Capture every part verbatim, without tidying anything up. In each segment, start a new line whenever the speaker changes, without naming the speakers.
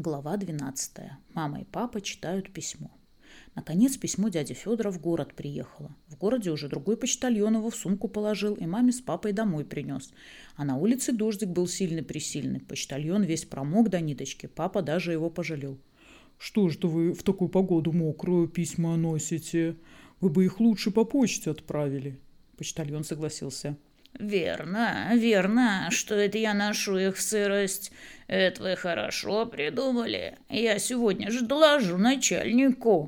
Глава двенадцатая. Мама и папа читают письмо. Наконец письмо дяди Федора в город приехало. В городе уже другой почтальон его в сумку положил и маме с папой домой принес. А на улице дождик был сильный-пресильный. Почтальон весь промок до ниточки. Папа даже его пожалел.
«Что ж-то вы в такую погоду мокрую письма носите? Вы бы их лучше по почте отправили».
Почтальон согласился.
«Верно, верно, что это я ношу их в сырость. Это вы хорошо придумали. Я сегодня же доложу начальнику».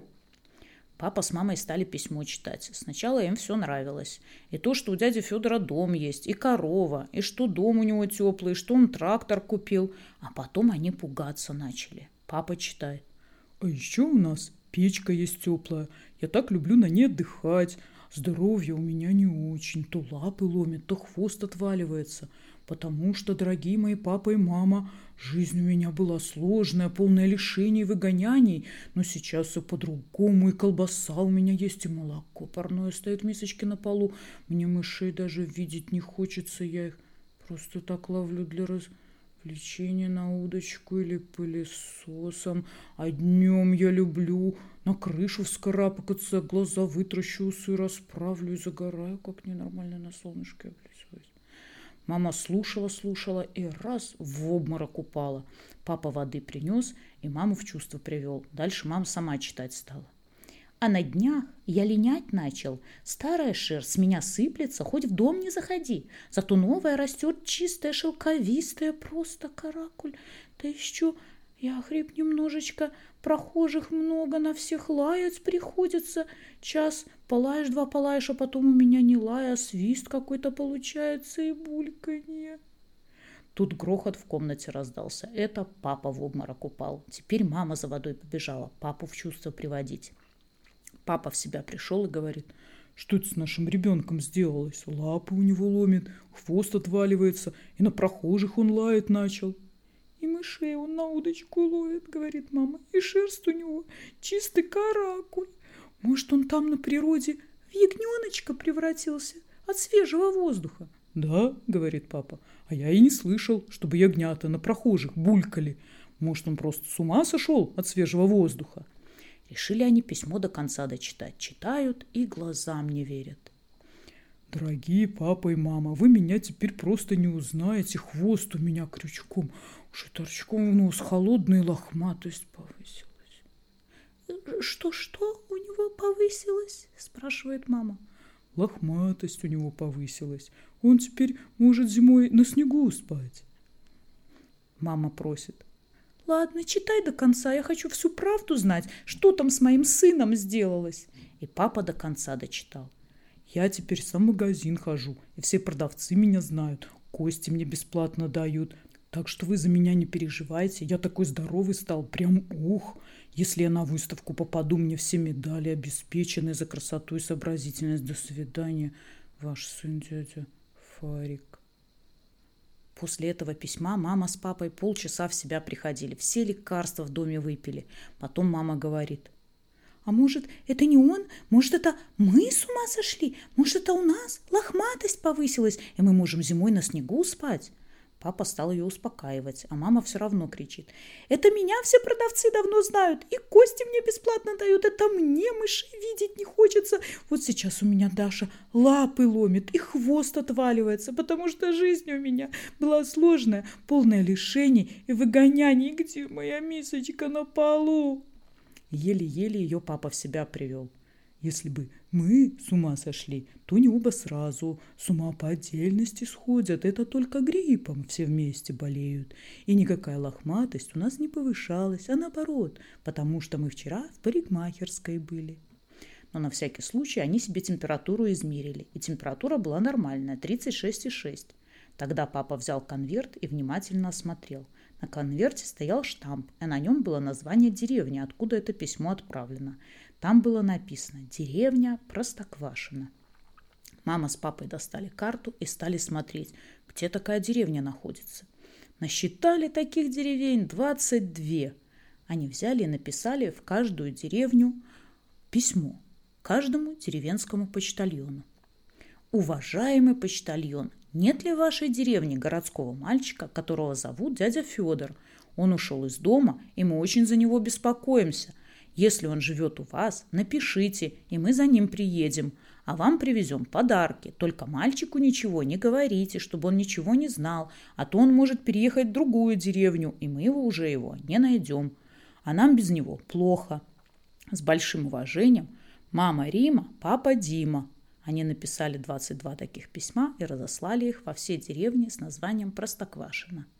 Папа с мамой стали письмо читать. Сначала им все нравилось. И то, что у дяди Федора дом есть, и корова, и что дом у него теплый, и что он трактор купил. А потом они пугаться начали. Папа читает.
«А еще у нас печка есть теплая. Я так люблю на ней отдыхать. Здоровье у меня не очень. То лапы ломит, то хвост отваливается. Потому что, дорогие мои папа и мама, жизнь у меня была сложная, полная лишений и выгоняний. Но сейчас все по-другому. И колбаса у меня есть, и молоко парное стоит в мисочке на полу. Мне мышей даже видеть не хочется. Я их просто так ловлю для развлечения на удочку или пылесосом. А днем я люблю на крышу вскарабкаться, глаза вытращу, усы расправлю и загораю, как ненормально на солнышке облизываюсь». Мама слушала-слушала и раз в обморок упала. Папа воды принес и маму в чувство привел. Дальше мама сама читать стала. «А на днях я линять начал. Старая шерсть с меня сыплется, хоть в дом не заходи. Зато новая растет чистая, шелковистая, просто каракуль. Да еще я охрип немножечко, прохожих много, на всех лаять приходится. Час полаешь, два полаешь, а потом у меня не лай, а свист какой-то получается и бульканье». Тут грохот в комнате раздался. Это папа в обморок упал. Теперь мама за водой побежала, папу в чувство приводить. Папа в себя пришел и говорит: «Что это с нашим ребенком сделалось? Лапы у него ломит, хвост отваливается, и на прохожих он лаять начал».
«И мышей он на удочку ловит, — говорит мама, — и шерсть у него чистый каракуль. Может, он там на природе в ягненочка превратился от свежего воздуха?»
«Да, — говорит папа, — а я и не слышал, чтобы ягнята на прохожих булькали. Может, он просто с ума сошел от свежего воздуха?»
Решили они письмо до конца дочитать. Читают и глазам не верят.
«Дорогие папа и мама, вы меня теперь просто не узнаете. Хвост у меня крючком, уже торчком в нос, холодная лохматость повысилась».
«Что-что у него повысилось?» — спрашивает мама.
«Лохматость у него повысилась. Он теперь может зимой на снегу спать».
Мама просит:
«Ладно, читай до конца, я хочу всю правду знать, что там с моим сыном сделалось».
И папа до конца дочитал.
«Я теперь сам в магазин хожу, и все продавцы меня знают, кости мне бесплатно дают. Так что вы за меня не переживайте, я такой здоровый стал, прям ух. Если я на выставку попаду, мне все медали обеспечены за красоту и сообразительность. До свидания, ваш сын дядя Фарик».
После этого письма мама с папой полчаса в себя приходили. Все лекарства в доме выпили. Потом мама говорит:
«А может, это не он? Может, это мы с ума сошли? Может, это у нас лохматость повысилась, и мы можем зимой на снегу спать?»
Папа стал ее успокаивать, а мама все равно кричит:
«Это меня все продавцы давно знают, и кости мне бесплатно дают, это мне мышей видеть не хочется. Вот сейчас у меня Даша лапы ломит и хвост отваливается, потому что жизнь у меня была сложная, полная лишений и выгоняний. Где моя мисочка на полу?»
Еле-еле ее папа в себя привел.
«Если бы мы с ума сошли, то не оба сразу. С ума по отдельности сходят. Это только гриппом все вместе болеют. И никакая лохматость у нас не повышалась, а наоборот, потому что мы вчера в парикмахерской были».
Но на всякий случай они себе температуру измерили. И температура была нормальная – тридцать шесть и шесть. Тогда папа взял конверт и внимательно осмотрел. На конверте стоял штамп, и на нем было название деревни, откуда это письмо отправлено. Там было написано: «Деревня Простоквашино». Мама с папой достали карту и стали смотреть, где такая деревня находится. Насчитали таких деревень двадцать две. Они взяли и написали в каждую деревню письмо, каждому деревенскому почтальону: «Уважаемый почтальон, нет ли в вашей деревне городского мальчика, которого зовут дядя Федор? Он ушел из дома, и мы очень за него беспокоимся. Если он живет у вас, напишите, и мы за ним приедем. А вам привезем подарки. Только мальчику ничего не говорите, чтобы он ничего не знал, а то он может переехать в другую деревню, и мы его уже его не найдем. А нам без него плохо. С большим уважением, мама Рима, папа Дима». Они написали двадцать два таких письма и разослали их во все деревни с названием Простоквашино.